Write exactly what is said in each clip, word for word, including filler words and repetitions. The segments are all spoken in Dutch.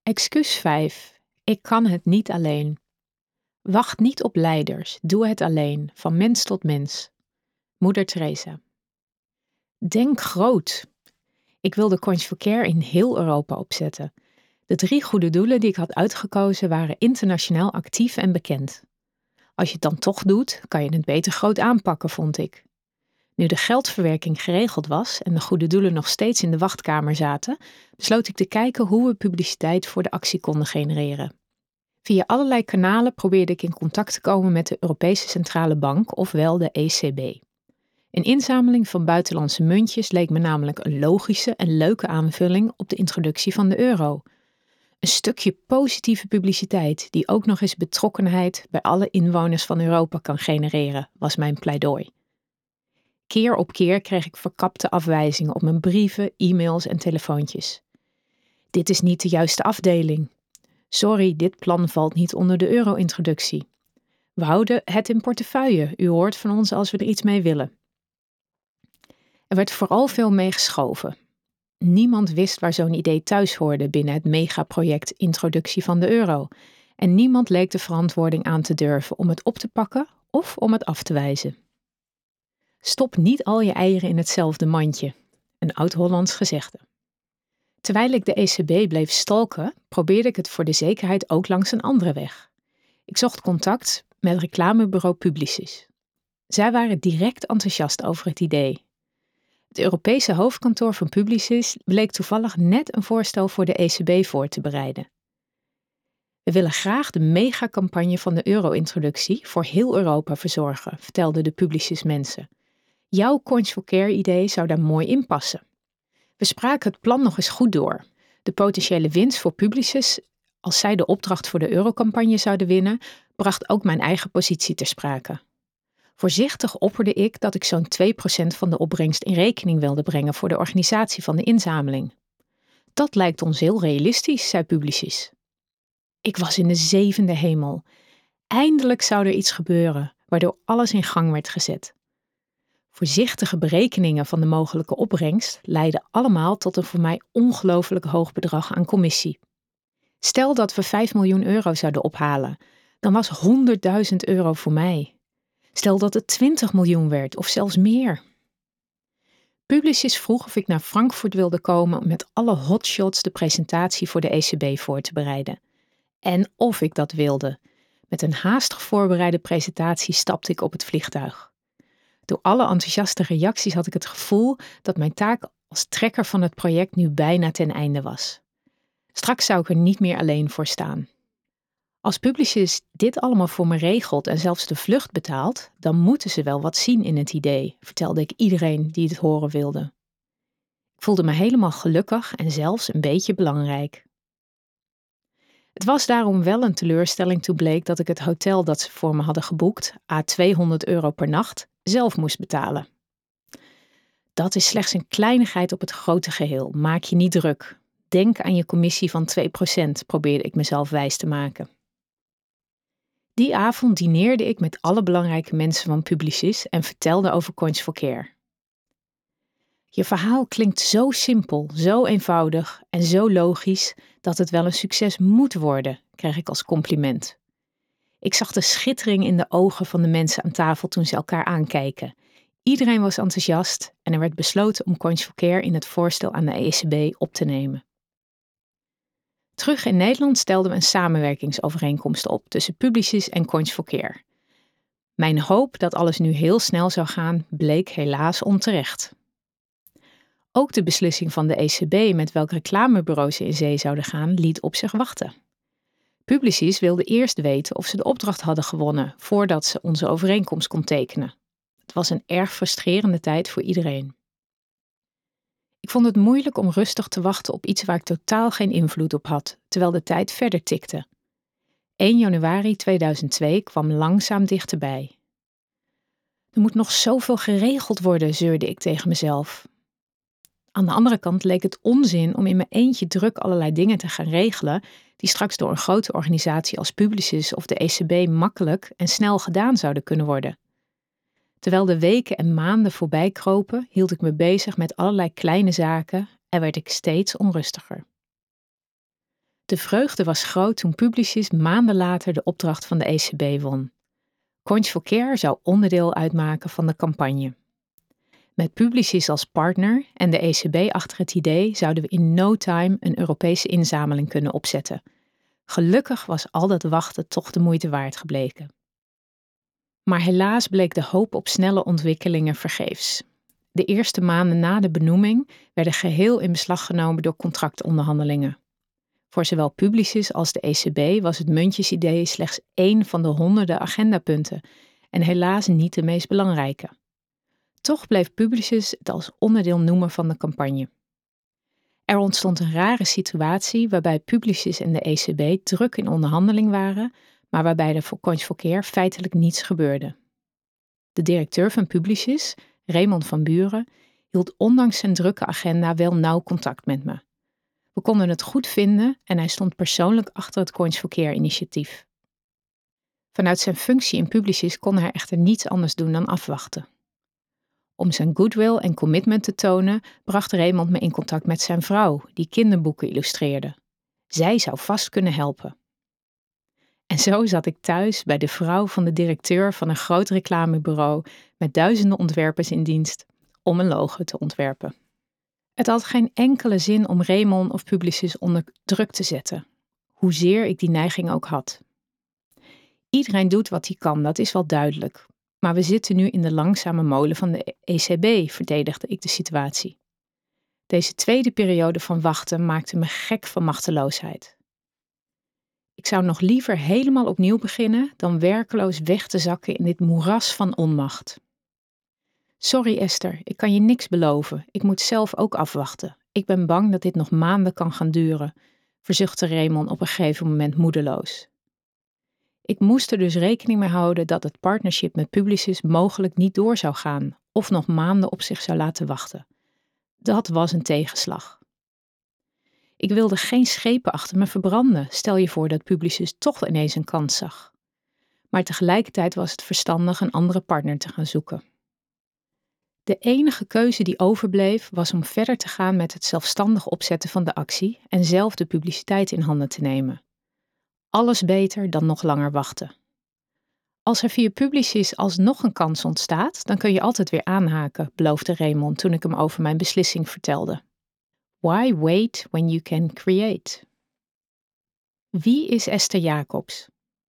Excuus vijf. Ik kan het niet alleen. Wacht niet op leiders, doe het alleen, van mens tot mens. Moeder Teresa. Denk groot. Ik wil de Coins for Care in heel Europa opzetten. De drie goede doelen die ik had uitgekozen waren internationaal actief en bekend. Als je het dan toch doet, kan je het beter groot aanpakken, vond ik. Nu de geldverwerking geregeld was en de goede doelen nog steeds in de wachtkamer zaten, besloot ik te kijken hoe we publiciteit voor de actie konden genereren. Via allerlei kanalen probeerde ik in contact te komen met de Europese Centrale Bank, ofwel de E C B. Een inzameling van buitenlandse muntjes leek me namelijk een logische en leuke aanvulling op de introductie van de euro. Een stukje positieve publiciteit die ook nog eens betrokkenheid bij alle inwoners van Europa kan genereren, was mijn pleidooi. Keer op keer kreeg ik verkapte afwijzingen op mijn brieven, e-mails en telefoontjes. Dit is niet de juiste afdeling. Sorry, dit plan valt niet onder de euro-introductie. We houden het in portefeuille. U hoort van ons als we er iets mee willen. Er werd vooral veel meegeschoven. Niemand wist waar zo'n idee thuis hoorde binnen het megaproject Introductie van de euro. En niemand leek de verantwoording aan te durven om het op te pakken of om het af te wijzen. Stop niet al je eieren in hetzelfde mandje. Een oud-Hollands gezegde. Terwijl ik de E C B bleef stalken, probeerde ik het voor de zekerheid ook langs een andere weg. Ik zocht contact met reclamebureau Publicis. Zij waren direct enthousiast over het idee. Het Europese hoofdkantoor van Publicis bleek toevallig net een voorstel voor de E C B voor te bereiden. We willen graag de megacampagne van de euro-introductie voor heel Europa verzorgen, vertelden de Publicis mensen. Jouw Coins for Care idee zou daar mooi in passen. We spraken het plan nog eens goed door. De potentiële winst voor Publicis, als zij de opdracht voor de eurocampagne zouden winnen, bracht ook mijn eigen positie ter sprake. Voorzichtig opperde ik dat ik zo'n twee procent van de opbrengst in rekening wilde brengen voor de organisatie van de inzameling. Dat lijkt ons heel realistisch, zei Publicis. Ik was in de zevende hemel. Eindelijk zou er iets gebeuren, waardoor alles in gang werd gezet. Voorzichtige berekeningen van de mogelijke opbrengst leidden allemaal tot een voor mij ongelooflijk hoog bedrag aan commissie. Stel dat we vijf miljoen euro zouden ophalen, dan was honderdduizend euro voor mij. Stel dat het twintig miljoen werd of zelfs meer. Publicis vroeg of ik naar Frankfurt wilde komen om met alle hotshots de presentatie voor de E C B voor te bereiden. En of ik dat wilde. Met een haastig voorbereide presentatie stapte ik op het vliegtuig. Door alle enthousiaste reacties had ik het gevoel dat mijn taak als trekker van het project nu bijna ten einde was. Straks zou ik er niet meer alleen voor staan. Als Publicis dit allemaal voor me regelt en zelfs de vlucht betaalt, dan moeten ze wel wat zien in het idee, vertelde ik iedereen die het horen wilde. Ik voelde me helemaal gelukkig en zelfs een beetje belangrijk. Het was daarom wel een teleurstelling toen bleek dat ik het hotel dat ze voor me hadden geboekt, à tweehonderd euro per nacht, zelf moest betalen. Dat is slechts een kleinigheid op het grote geheel, maak je niet druk. Denk aan je commissie van twee procent, probeerde ik mezelf wijs te maken. Die avond dineerde ik met alle belangrijke mensen van Publicis en vertelde over Coins for Care. Je verhaal klinkt zo simpel, zo eenvoudig en zo logisch dat het wel een succes moet worden, kreeg ik als compliment. Ik zag de schittering in de ogen van de mensen aan tafel toen ze elkaar aankeken. Iedereen was enthousiast en er werd besloten om Coins for Care in het voorstel aan de E C B op te nemen. Terug in Nederland stelden we een samenwerkingsovereenkomst op tussen Publicis en Coins for Care. Mijn hoop dat alles nu heel snel zou gaan, bleek helaas onterecht. Ook de beslissing van de E C B met welk reclamebureau ze in zee zouden gaan, liet op zich wachten. Publicis wilde eerst weten of ze de opdracht hadden gewonnen, voordat ze onze overeenkomst kon tekenen. Het was een erg frustrerende tijd voor iedereen. Ik vond het moeilijk om rustig te wachten op iets waar ik totaal geen invloed op had, terwijl de tijd verder tikte. één januari tweeduizend twee kwam langzaam dichterbij. Er moet nog zoveel geregeld worden, zeurde ik tegen mezelf. Aan de andere kant leek het onzin om in mijn eentje druk allerlei dingen te gaan regelen die straks door een grote organisatie als Publicis of de E C B makkelijk en snel gedaan zouden kunnen worden. Terwijl de weken en maanden voorbij kropen, hield ik me bezig met allerlei kleine zaken en werd ik steeds onrustiger. De vreugde was groot toen Publicis maanden later de opdracht van de E C B won. Coins for Care zou onderdeel uitmaken van de campagne. Met Publicis als partner en de E C B achter het idee zouden we in no time een Europese inzameling kunnen opzetten. Gelukkig was al dat wachten toch de moeite waard gebleken. Maar helaas bleek de hoop op snelle ontwikkelingen vergeefs. De eerste maanden na de benoeming werden geheel in beslag genomen door contractonderhandelingen. Voor zowel Publicis als de E C B was het muntjesidee slechts één van de honderden agendapunten en helaas niet de meest belangrijke. Toch bleef Publicis het als onderdeel noemen van de campagne. Er ontstond een rare situatie waarbij Publicis en de E C B druk in onderhandeling waren, maar waarbij er voor Coins for Care feitelijk niets gebeurde. De directeur van Publicis, Raymond van Buren, hield ondanks zijn drukke agenda wel nauw contact met me. We konden het goed vinden en hij stond persoonlijk achter het Coins for Care initiatief. Vanuit zijn functie in Publicis kon hij echter niets anders doen dan afwachten. Om zijn goodwill en commitment te tonen, bracht Raymond me in contact met zijn vrouw, die kinderboeken illustreerde. Zij zou vast kunnen helpen. En zo zat ik thuis bij de vrouw van de directeur van een groot reclamebureau met duizenden ontwerpers in dienst om een logo te ontwerpen. Het had geen enkele zin om Raymond of Publicis onder druk te zetten, hoezeer ik die neiging ook had. Iedereen doet wat hij kan, dat is wel duidelijk. Maar we zitten nu in de langzame molen van de E C B, verdedigde ik de situatie. Deze tweede periode van wachten maakte me gek van machteloosheid. Ik zou nog liever helemaal opnieuw beginnen dan werkeloos weg te zakken in dit moeras van onmacht. Sorry Esther, ik kan je niks beloven. Ik moet zelf ook afwachten. Ik ben bang dat dit nog maanden kan gaan duren, verzuchtte Raymond op een gegeven moment moedeloos. Ik moest er dus rekening mee houden dat het partnership met Publicis mogelijk niet door zou gaan of nog maanden op zich zou laten wachten. Dat was een tegenslag. Ik wilde geen schepen achter me verbranden, stel je voor dat Publicis toch ineens een kans zag. Maar tegelijkertijd was het verstandig een andere partner te gaan zoeken. De enige keuze die overbleef was om verder te gaan met het zelfstandig opzetten van de actie en zelf de publiciteit in handen te nemen. Alles beter dan nog langer wachten. Als er via Publicis alsnog een kans ontstaat, dan kun je altijd weer aanhaken, beloofde Raymond toen ik hem over mijn beslissing vertelde. Why wait when you can create? Wie is Esther Jacobs?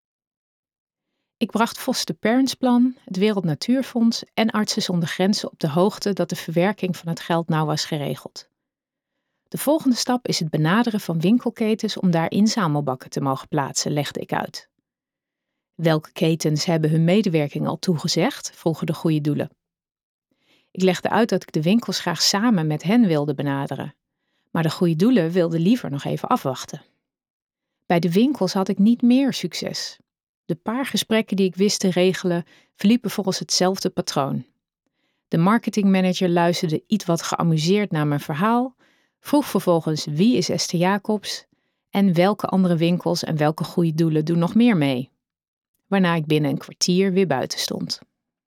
Ik bracht Foster Parents Plan, het Wereld Natuurfonds en Artsen zonder Grenzen op de hoogte dat de verwerking van het geld nou was geregeld. De volgende stap is het benaderen van winkelketens om daar inzamelbakken te mogen plaatsen, legde ik uit. Welke ketens hebben hun medewerking al toegezegd? Vroegen de goede doelen. Ik legde uit dat ik de winkels graag samen met hen wilde benaderen. Maar de goede doelen wilden liever nog even afwachten. Bij de winkels had ik niet meer succes. De paar gesprekken die ik wist te regelen verliepen volgens hetzelfde patroon. De marketingmanager luisterde iets wat geamuseerd naar mijn verhaal, vroeg vervolgens wie is Esther Jacobs en welke andere winkels en welke goede doelen doen nog meer mee. Waarna ik binnen een kwartier weer buiten stond.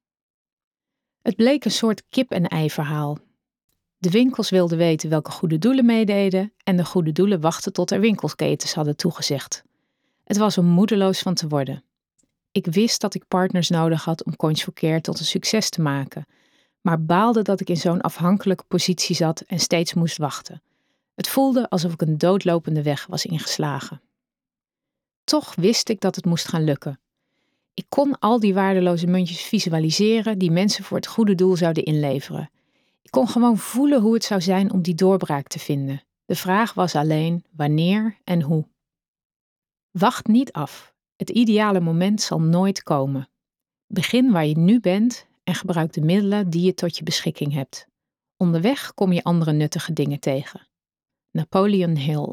Het bleek een soort kip-en-ei verhaal. De winkels wilden weten welke goede doelen meededen en de goede doelen wachten tot er winkelketens hadden toegezegd. Het was om moedeloos van te worden. Ik wist dat ik partners nodig had om Coins for Care tot een succes te maken, maar baalde dat ik in zo'n afhankelijke positie zat en steeds moest wachten. Het voelde alsof ik een doodlopende weg was ingeslagen. Toch wist ik dat het moest gaan lukken. Ik kon al die waardeloze muntjes visualiseren die mensen voor het goede doel zouden inleveren. Ik kon gewoon voelen hoe het zou zijn om die doorbraak te vinden. De vraag was alleen wanneer en hoe. Wacht niet af. Het ideale moment zal nooit komen. Begin waar je nu bent en gebruik de middelen die je tot je beschikking hebt. Onderweg kom je andere nuttige dingen tegen. Napoleon Hill.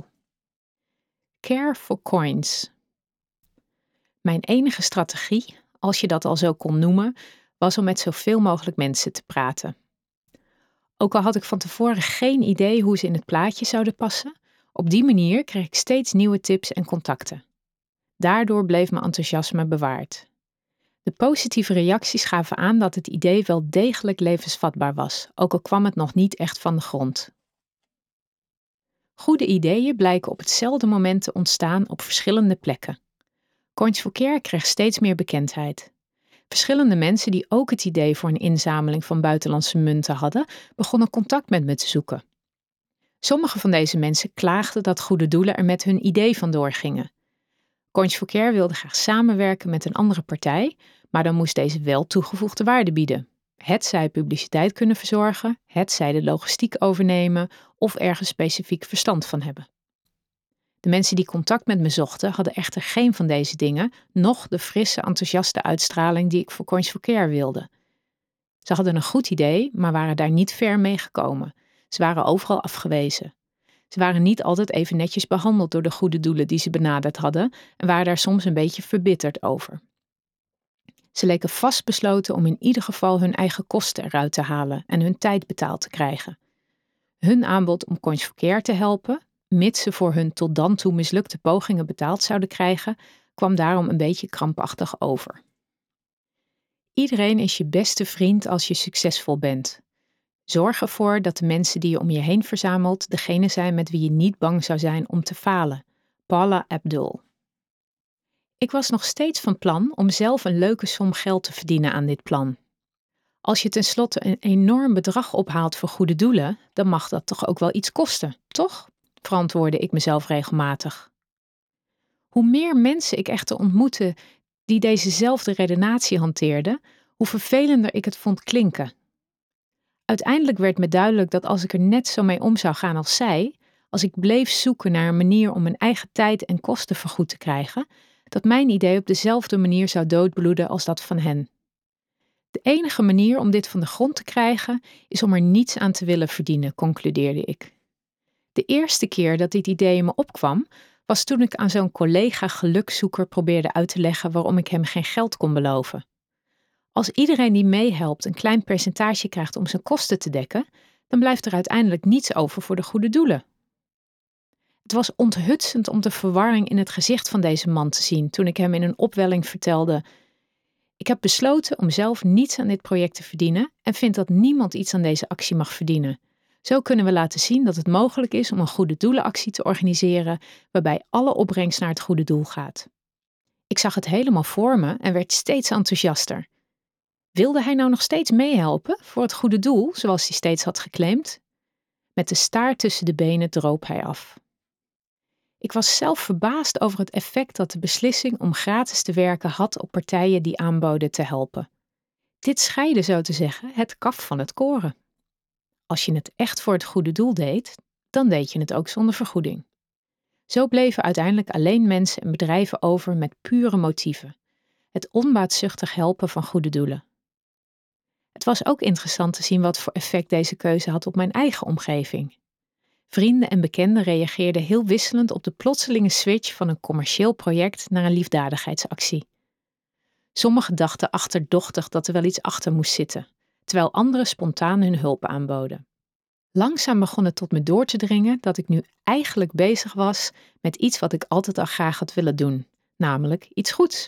Care for coins. Mijn enige strategie, als je dat al zo kon noemen, was om met zoveel mogelijk mensen te praten. Ook al had ik van tevoren geen idee hoe ze in het plaatje zouden passen, op die manier kreeg ik steeds nieuwe tips en contacten. Daardoor bleef mijn enthousiasme bewaard. De positieve reacties gaven aan dat het idee wel degelijk levensvatbaar was, ook al kwam het nog niet echt van de grond. Goede ideeën blijken op hetzelfde moment te ontstaan op verschillende plekken. Coins for Care kreeg steeds meer bekendheid. Verschillende mensen die ook het idee voor een inzameling van buitenlandse munten hadden, begonnen contact met me te zoeken. Sommige van deze mensen klaagden dat goede doelen er met hun idee vandoor gingen. Coins for Care wilde graag samenwerken met een andere partij, maar dan moest deze wel toegevoegde waarde bieden. Hetzij publiciteit kunnen verzorgen, hetzij de logistiek overnemen of ergens specifiek verstand van hebben. De mensen die contact met me zochten hadden echter geen van deze dingen, noch de frisse, enthousiaste uitstraling die ik voor Coins for Care wilde. Ze hadden een goed idee, maar waren daar niet ver mee gekomen. Ze waren overal afgewezen. Ze waren niet altijd even netjes behandeld door de goede doelen die ze benaderd hadden en waren daar soms een beetje verbitterd over. Ze leken vastbesloten om in ieder geval hun eigen kosten eruit te halen en hun tijd betaald te krijgen. Hun aanbod om Coins for Care te helpen, mits ze voor hun tot dan toe mislukte pogingen betaald zouden krijgen, kwam daarom een beetje krampachtig over. Iedereen is je beste vriend als je succesvol bent. Zorg ervoor dat de mensen die je om je heen verzamelt degene zijn met wie je niet bang zou zijn om te falen. Paula Abdul. Ik was nog steeds van plan om zelf een leuke som geld te verdienen aan dit plan. Als je tenslotte een enorm bedrag ophaalt voor goede doelen, dan mag dat toch ook wel iets kosten, toch? Verantwoordde ik mezelf regelmatig. Hoe meer mensen ik echter ontmoette die dezezelfde redenatie hanteerden, hoe vervelender ik het vond klinken. Uiteindelijk werd me duidelijk dat als ik er net zo mee om zou gaan als zij, als ik bleef zoeken naar een manier om mijn eigen tijd en kosten vergoed te krijgen, dat mijn idee op dezelfde manier zou doodbloeden als dat van hen. De enige manier om dit van de grond te krijgen is om er niets aan te willen verdienen, concludeerde ik. De eerste keer dat dit idee in me opkwam, was toen ik aan zo'n collega gelukzoeker probeerde uit te leggen waarom ik hem geen geld kon beloven. Als iedereen die meehelpt een klein percentage krijgt om zijn kosten te dekken, dan blijft er uiteindelijk niets over voor de goede doelen. Het was onthutsend om de verwarring in het gezicht van deze man te zien toen ik hem in een opwelling vertelde: ik heb besloten om zelf niets aan dit project te verdienen en vind dat niemand iets aan deze actie mag verdienen. Zo kunnen we laten zien dat het mogelijk is om een goede doelenactie te organiseren waarbij alle opbrengst naar het goede doel gaat. Ik zag het helemaal voor me en werd steeds enthousiaster. Wilde hij nou nog steeds meehelpen voor het goede doel, zoals hij steeds had geclaimd? Met de staart tussen de benen droop hij af. Ik was zelf verbaasd over het effect dat de beslissing om gratis te werken had op partijen die aanboden te helpen. Dit scheidde, zo te zeggen, het kaf van het koren. Als je het echt voor het goede doel deed, dan deed je het ook zonder vergoeding. Zo bleven uiteindelijk alleen mensen en bedrijven over met pure motieven. Het onbaatzuchtig helpen van goede doelen. Het was ook interessant te zien wat voor effect deze keuze had op mijn eigen omgeving. Vrienden en bekenden reageerden heel wisselend op de plotselinge switch van een commercieel project naar een liefdadigheidsactie. Sommigen dachten achterdochtig dat er wel iets achter moest zitten, terwijl anderen spontaan hun hulp aanboden. Langzaam begon het tot me door te dringen dat ik nu eigenlijk bezig was met iets wat ik altijd al graag had willen doen, namelijk iets goeds.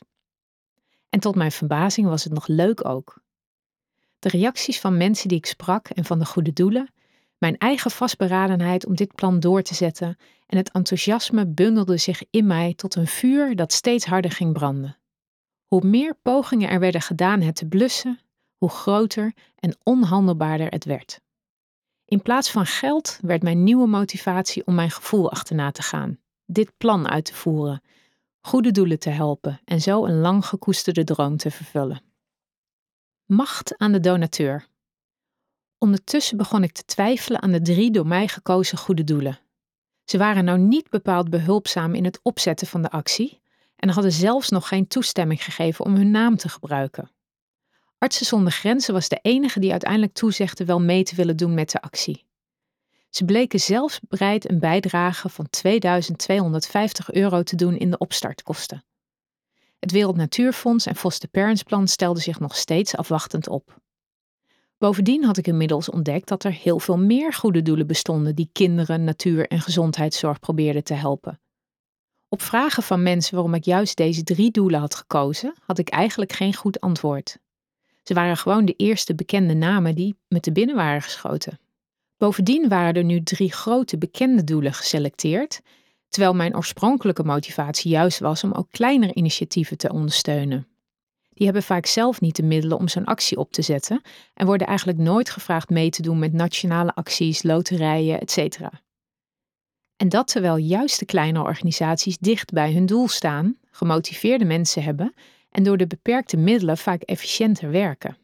En tot mijn verbazing was het nog leuk ook. De reacties van mensen die ik sprak en van de goede doelen, mijn eigen vastberadenheid om dit plan door te zetten en het enthousiasme bundelde zich in mij tot een vuur dat steeds harder ging branden. Hoe meer pogingen er werden gedaan het te blussen, hoe groter en onhandelbaarder het werd. In plaats van geld werd mijn nieuwe motivatie om mijn gevoel achterna te gaan, dit plan uit te voeren, goede doelen te helpen en zo een lang gekoesterde droom te vervullen. Macht aan de donateur. Ondertussen begon ik te twijfelen aan de drie door mij gekozen goede doelen. Ze waren nou niet bepaald behulpzaam in het opzetten van de actie en hadden zelfs nog geen toestemming gegeven om hun naam te gebruiken. Artsen zonder Grenzen was de enige die uiteindelijk toezegde wel mee te willen doen met de actie. Ze bleken zelfs bereid een bijdrage van tweeduizend tweehonderdvijftig euro te doen in de opstartkosten. Het Wereld Natuurfonds en Foster Parents Plan stelden zich nog steeds afwachtend op. Bovendien had ik inmiddels ontdekt dat er heel veel meer goede doelen bestonden die kinderen, natuur en gezondheidszorg probeerden te helpen. Op vragen van mensen waarom ik juist deze drie doelen had gekozen, had ik eigenlijk geen goed antwoord. Ze waren gewoon de eerste bekende namen die me te binnen waren geschoten. Bovendien waren er nu drie grote bekende doelen geselecteerd, terwijl mijn oorspronkelijke motivatie juist was om ook kleinere initiatieven te ondersteunen. Die hebben vaak zelf niet de middelen om zo'n actie op te zetten en worden eigenlijk nooit gevraagd mee te doen met nationale acties, loterijen, et cetera. En dat terwijl juist de kleinere organisaties dicht bij hun doel staan, gemotiveerde mensen hebben en door de beperkte middelen vaak efficiënter werken.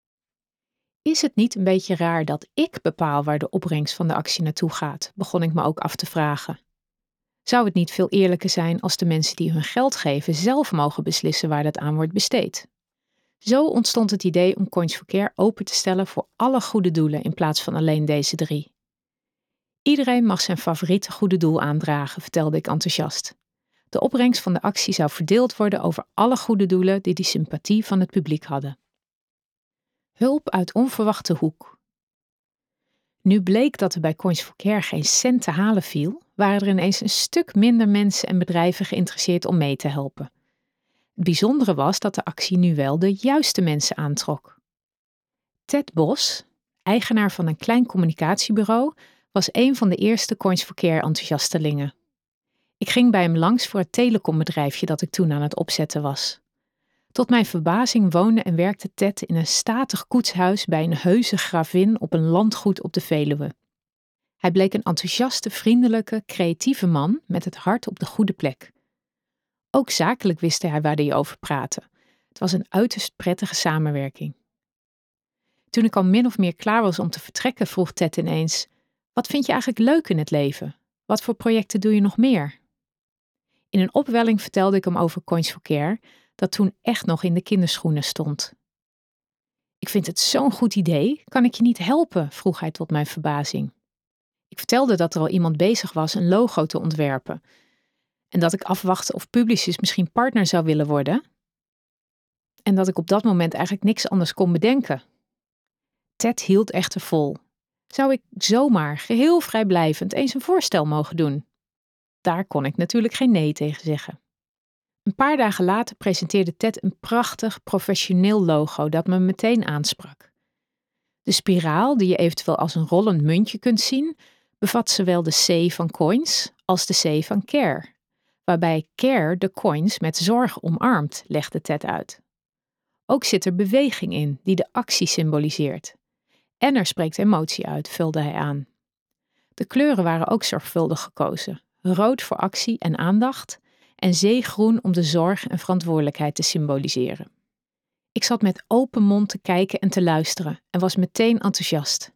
Is het niet een beetje raar dat ik bepaal waar de opbrengst van de actie naartoe gaat, begon ik me ook af te vragen. Zou het niet veel eerlijker zijn als de mensen die hun geld geven zelf mogen beslissen waar dat aan wordt besteed? Zo ontstond het idee om Coins for Care open te stellen voor alle goede doelen in plaats van alleen deze drie. Iedereen mag zijn favoriete goede doel aandragen, vertelde ik enthousiast. De opbrengst van de actie zou verdeeld worden over alle goede doelen die de sympathie van het publiek hadden. Hulp uit onverwachte hoek. Nu bleek dat er bij Coins for Care geen cent te halen viel, waren er ineens een stuk minder mensen en bedrijven geïnteresseerd om mee te helpen. Het bijzondere was dat de actie nu wel de juiste mensen aantrok. Ted Bos, eigenaar van een klein communicatiebureau, was een van de eerste Coins for Care enthousiastelingen. Ik ging bij hem langs voor het telecombedrijfje dat ik toen aan het opzetten was. Tot mijn verbazing woonde en werkte Ted in een statig koetshuis bij een heuse gravin op een landgoed op de Veluwe. Hij bleek een enthousiaste, vriendelijke, creatieve man met het hart op de goede plek. Ook zakelijk wist hij waar hij over praatte. Het was een uiterst prettige samenwerking. Toen ik al min of meer klaar was om te vertrekken, vroeg Ted ineens: wat vind je eigenlijk leuk in het leven? Wat voor projecten doe je nog meer? In een opwelling vertelde ik hem over Coins for Care, dat toen echt nog in de kinderschoenen stond. Ik vind het zo'n goed idee, kan ik je niet helpen? Vroeg hij tot mijn verbazing. Ik vertelde dat er al iemand bezig was een logo te ontwerpen en dat ik afwachtte of Publicis misschien partner zou willen worden en dat ik op dat moment eigenlijk niks anders kon bedenken. Ted hield echter vol. Zou ik zomaar, geheel vrijblijvend, eens een voorstel mogen doen? Daar kon ik natuurlijk geen nee tegen zeggen. Een paar dagen later presenteerde Ted een prachtig, professioneel logo dat me meteen aansprak. De spiraal, die je eventueel als een rollend muntje kunt zien, bevat zowel de C van coins als de C van care, waarbij care de coins met zorg omarmt, legde Ted uit. Ook zit er beweging in, die de actie symboliseert. En er spreekt emotie uit, vulde hij aan. De kleuren waren ook zorgvuldig gekozen. Rood voor actie en aandacht en zeegroen om de zorg en verantwoordelijkheid te symboliseren. Ik zat met open mond te kijken en te luisteren en was meteen enthousiast.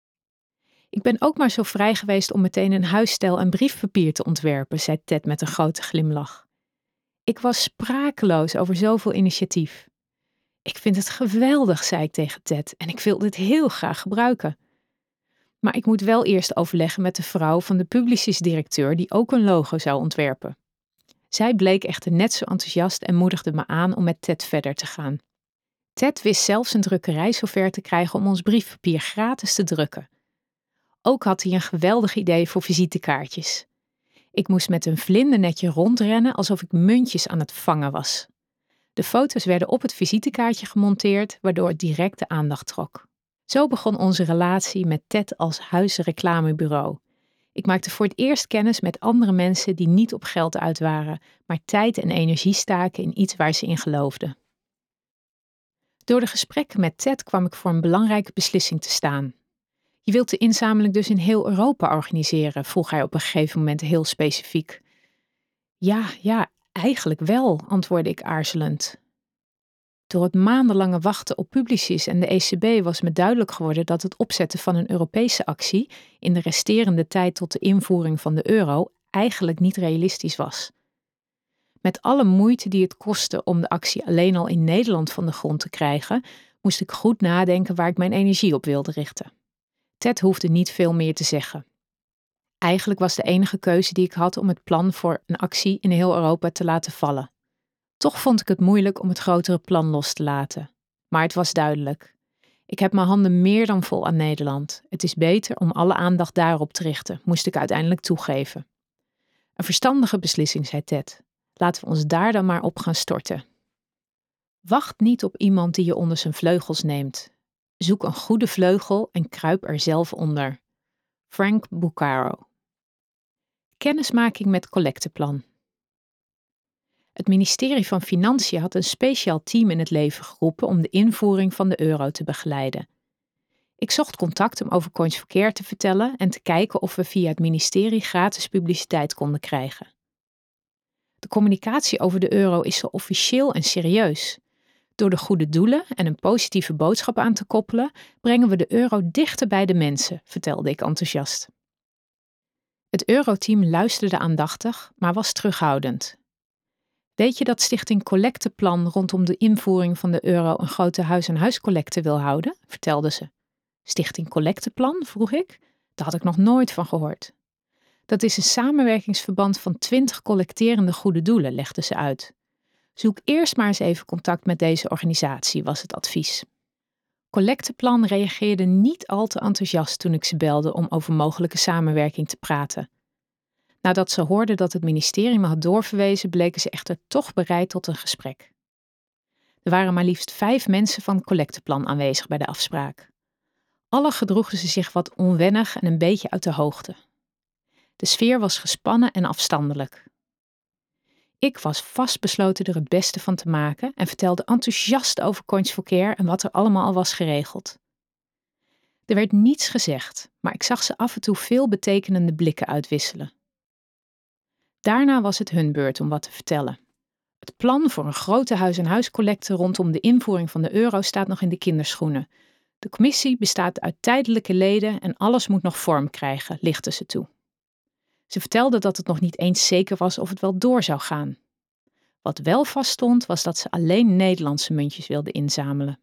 Ik ben ook maar zo vrij geweest om meteen een huisstijl en briefpapier te ontwerpen, zei Ted met een grote glimlach. Ik was sprakeloos over zoveel initiatief. Ik vind het geweldig, zei ik tegen Ted, en ik wil dit heel graag gebruiken. Maar ik moet wel eerst overleggen met de vrouw van de Publicis-directeur die ook een logo zou ontwerpen. Zij bleek echter net zo enthousiast en moedigde me aan om met Ted verder te gaan. Ted wist zelfs een drukkerij zover te krijgen om ons briefpapier gratis te drukken. Ook had hij een geweldig idee voor visitekaartjes. Ik moest met een vlindernetje rondrennen alsof ik muntjes aan het vangen was. De foto's werden op het visitekaartje gemonteerd, waardoor het direct de aandacht trok. Zo begon onze relatie met Ted als huisreclamebureau. Ik maakte voor het eerst kennis met andere mensen die niet op geld uit waren, maar tijd en energie staken in iets waar ze in geloofden. Door de gesprekken met Ted kwam ik voor een belangrijke beslissing te staan. Je wilt de inzameling dus in heel Europa organiseren, vroeg hij op een gegeven moment heel specifiek. Ja, ja, eigenlijk wel, antwoordde ik aarzelend. Door het maandenlange wachten op Publicis en de E C B was me duidelijk geworden dat het opzetten van een Europese actie in de resterende tijd tot de invoering van de euro eigenlijk niet realistisch was. Met alle moeite die het kostte om de actie alleen al in Nederland van de grond te krijgen, moest ik goed nadenken waar ik mijn energie op wilde richten. Ted hoefde niet veel meer te zeggen. Eigenlijk was de enige keuze die ik had om het plan voor een actie in heel Europa te laten vallen. Toch vond ik het moeilijk om het grotere plan los te laten. Maar het was duidelijk. Ik heb mijn handen meer dan vol aan Nederland. Het is beter om alle aandacht daarop te richten, moest ik uiteindelijk toegeven. Een verstandige beslissing, zei Ted. Laten we ons daar dan maar op gaan storten. Wacht niet op iemand die je onder zijn vleugels neemt. Zoek een goede vleugel en kruip er zelf onder. Frank Bucaro. Kennismaking met collecteplan. Het ministerie van Financiën had een speciaal team in het leven geroepen om de invoering van de euro te begeleiden. Ik zocht contact om over Coins for Care te vertellen en te kijken of we via het ministerie gratis publiciteit konden krijgen. De communicatie over de euro is zo officieel en serieus. Door de goede doelen en een positieve boodschap aan te koppelen, brengen we de euro dichter bij de mensen, vertelde ik enthousiast. Het euroteam luisterde aandachtig, maar was terughoudend. Weet je dat Stichting Collecteplan rondom de invoering van de euro een grote huis-aan-huis-collecte wil houden? Vertelde ze. Stichting Collecteplan, vroeg ik. Daar had ik nog nooit van gehoord. Dat is een samenwerkingsverband van twintig collecterende goede doelen, legde ze uit. Zoek eerst maar eens even contact met deze organisatie, was het advies. Collecteplan reageerde niet al te enthousiast toen ik ze belde om over mogelijke samenwerking te praten. Nadat ze hoorden dat het ministerie me had doorverwezen, bleken ze echter toch bereid tot een gesprek. Er waren maar liefst vijf mensen van Collecteplan aanwezig bij de afspraak. Alle gedroegen ze zich wat onwennig en een beetje uit de hoogte. De sfeer was gespannen en afstandelijk. Ik was vastbesloten er het beste van te maken en vertelde enthousiast over Coins for Care en wat er allemaal al was geregeld. Er werd niets gezegd, maar ik zag ze af en toe veel betekenende blikken uitwisselen. Daarna was het hun beurt om wat te vertellen. Het plan voor een grote huis-aan-huis-collecte rondom de invoering van de euro staat nog in de kinderschoenen. De commissie bestaat uit tijdelijke leden en alles moet nog vorm krijgen, lichtte ze toe. Ze vertelde dat het nog niet eens zeker was of het wel door zou gaan. Wat wel vaststond was dat ze alleen Nederlandse muntjes wilde inzamelen.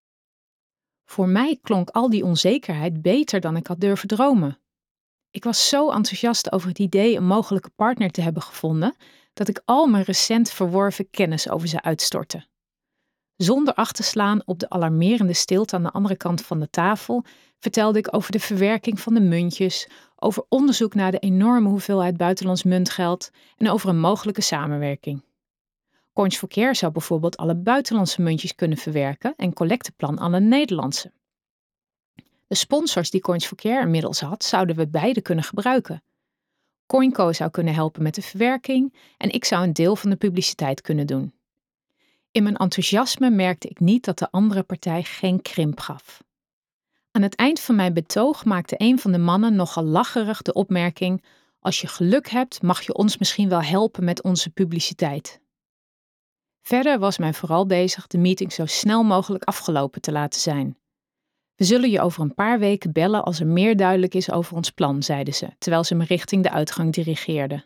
Voor mij klonk al die onzekerheid beter dan ik had durven dromen. Ik was zo enthousiast over het idee een mogelijke partner te hebben gevonden, dat ik al mijn recent verworven kennis over ze uitstortte. Zonder acht te slaan op de alarmerende stilte aan de andere kant van de tafel, vertelde ik over de verwerking van de muntjes, over onderzoek naar de enorme hoeveelheid buitenlands muntgeld en over een mogelijke samenwerking. Coins for Care zou bijvoorbeeld alle buitenlandse muntjes kunnen verwerken en Collecteplan alle Nederlandse. De sponsors die Coins for Care inmiddels had, zouden we beide kunnen gebruiken. Coinco zou kunnen helpen met de verwerking en ik zou een deel van de publiciteit kunnen doen. In mijn enthousiasme merkte ik niet dat de andere partij geen krimp gaf. Aan het eind van mijn betoog maakte een van de mannen nogal lacherig de opmerking: als je geluk hebt, mag je ons misschien wel helpen met onze publiciteit. Verder was men vooral bezig de meeting zo snel mogelijk afgelopen te laten zijn. We zullen je over een paar weken bellen als er meer duidelijk is over ons plan, zeiden ze, terwijl ze me richting de uitgang dirigeerden.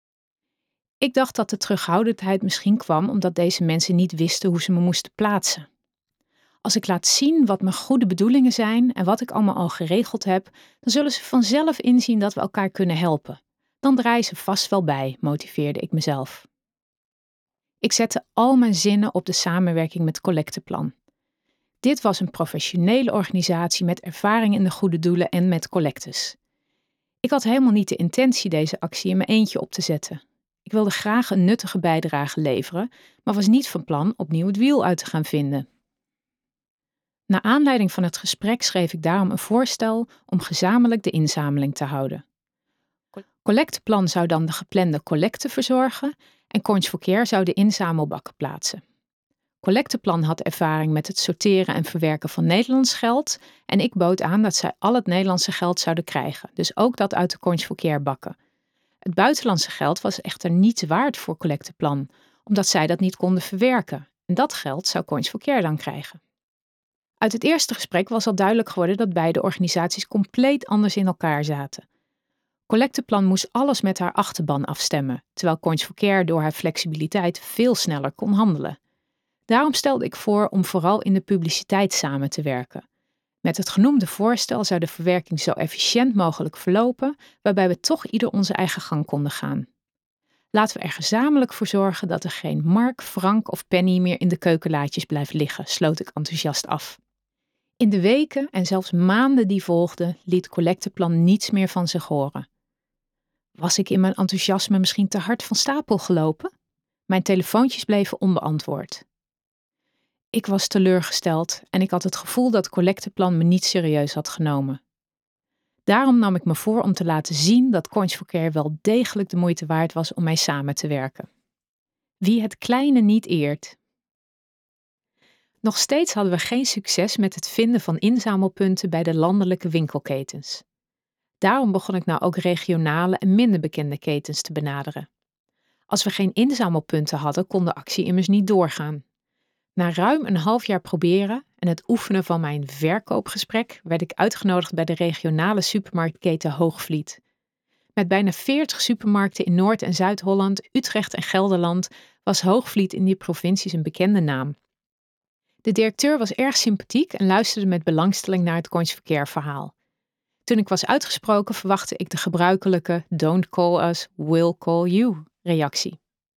Ik dacht dat de terughoudendheid misschien kwam omdat deze mensen niet wisten hoe ze me moesten plaatsen. Als ik laat zien wat mijn goede bedoelingen zijn en wat ik allemaal al geregeld heb, dan zullen ze vanzelf inzien dat we elkaar kunnen helpen. Dan draaien ze vast wel bij, motiveerde ik mezelf. Ik zette al mijn zinnen op de samenwerking met Collecteplan. Dit was een professionele organisatie met ervaring in de goede doelen en met collectes. Ik had helemaal niet de intentie deze actie in mijn eentje op te zetten. Ik wilde graag een nuttige bijdrage leveren, maar was niet van plan opnieuw het wiel uit te gaan vinden. Naar aanleiding van het gesprek schreef ik daarom een voorstel om gezamenlijk de inzameling te houden. Collecteplan zou dan de geplande collecte verzorgen en Coins for Care zou de inzamelbakken plaatsen. Collecteplan had ervaring met het sorteren en verwerken van Nederlands geld en ik bood aan dat zij al het Nederlandse geld zouden krijgen, dus ook dat uit de Coins for Care bakken. Het buitenlandse geld was echter niet waard voor Collecteplan, omdat zij dat niet konden verwerken en dat geld zou Coins for Care dan krijgen. Uit het eerste gesprek was al duidelijk geworden dat beide organisaties compleet anders in elkaar zaten. Collecteplan moest alles met haar achterban afstemmen, terwijl Coins for Care door haar flexibiliteit veel sneller kon handelen. Daarom stelde ik voor om vooral in de publiciteit samen te werken. Met het genoemde voorstel zou de verwerking zo efficiënt mogelijk verlopen, waarbij we toch ieder onze eigen gang konden gaan. Laten we er gezamenlijk voor zorgen dat er geen mark, frank of penny meer in de keukenlaadjes blijft liggen, sloot ik enthousiast af. In de weken en zelfs maanden die volgden, liet Collecteplan niets meer van zich horen. Was ik in mijn enthousiasme misschien te hard van stapel gelopen? Mijn telefoontjes bleven onbeantwoord. Ik was teleurgesteld en ik had het gevoel dat Collecteplan me niet serieus had genomen. Daarom nam ik me voor om te laten zien dat Coins for Care wel degelijk de moeite waard was om mee samen te werken. Wie het kleine niet eert. Nog steeds hadden we geen succes met het vinden van inzamelpunten bij de landelijke winkelketens. Daarom begon ik nou ook regionale en minder bekende ketens te benaderen. Als we geen inzamelpunten hadden, kon de actie immers niet doorgaan. Na ruim een half jaar proberen en het oefenen van mijn verkoopgesprek werd ik uitgenodigd bij de regionale supermarktketen Hoogvliet. Met bijna veertig supermarkten in Noord- en Zuid-Holland, Utrecht en Gelderland was Hoogvliet in die provincies een bekende naam. De directeur was erg sympathiek en luisterde met belangstelling naar het Coins for Care verhaal. Toen ik was uitgesproken verwachtte ik de gebruikelijke "don't call us, we'll call you" reactie.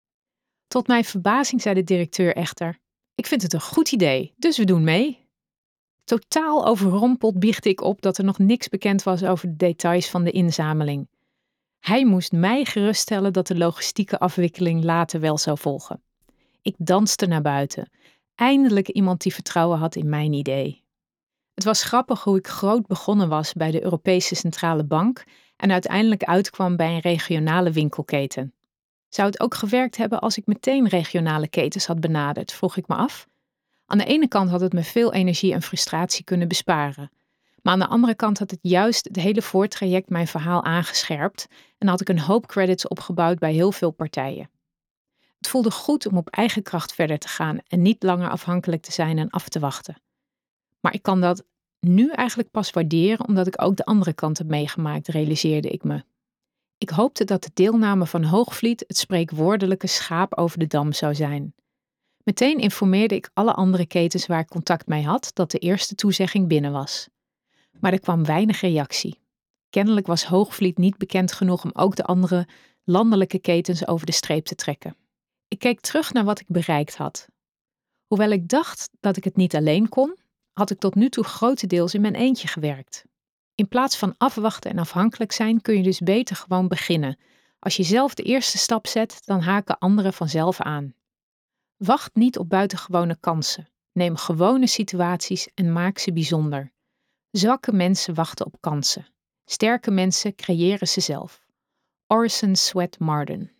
Tot mijn verbazing zei de directeur echter: "Ik vind het een goed idee, dus we doen mee." Totaal overrompeld biechtte ik op dat er nog niks bekend was over de details van de inzameling. Hij moest mij geruststellen dat de logistieke afwikkeling later wel zou volgen. Ik danste naar buiten. Eindelijk iemand die vertrouwen had in mijn idee. Het was grappig hoe ik groot begonnen was bij de Europese Centrale Bank en uiteindelijk uitkwam bij een regionale winkelketen. Zou het ook gewerkt hebben als ik meteen regionale ketens had benaderd, vroeg ik me af. Aan de ene kant had het me veel energie en frustratie kunnen besparen. Maar aan de andere kant had het juist het hele voortraject mijn verhaal aangescherpt en had ik een hoop credits opgebouwd bij heel veel partijen. Het voelde goed om op eigen kracht verder te gaan en niet langer afhankelijk te zijn en af te wachten. Maar ik kan dat nu eigenlijk pas waarderen omdat ik ook de andere kant heb meegemaakt, realiseerde ik me. Ik hoopte dat de deelname van Hoogvliet het spreekwoordelijke schaap over de dam zou zijn. Meteen informeerde ik alle andere ketens waar ik contact mee had dat de eerste toezegging binnen was. Maar er kwam weinig reactie. Kennelijk was Hoogvliet niet bekend genoeg om ook de andere landelijke ketens over de streep te trekken. Ik keek terug naar wat ik bereikt had. Hoewel ik dacht dat ik het niet alleen kon, had ik tot nu toe grotendeels in mijn eentje gewerkt. In plaats van afwachten en afhankelijk zijn kun je dus beter gewoon beginnen. Als je zelf de eerste stap zet, dan haken anderen vanzelf aan. Wacht niet op buitengewone kansen. Neem gewone situaties en maak ze bijzonder. Zwakke mensen wachten op kansen. Sterke mensen creëren ze zelf. Orson Swett Marden.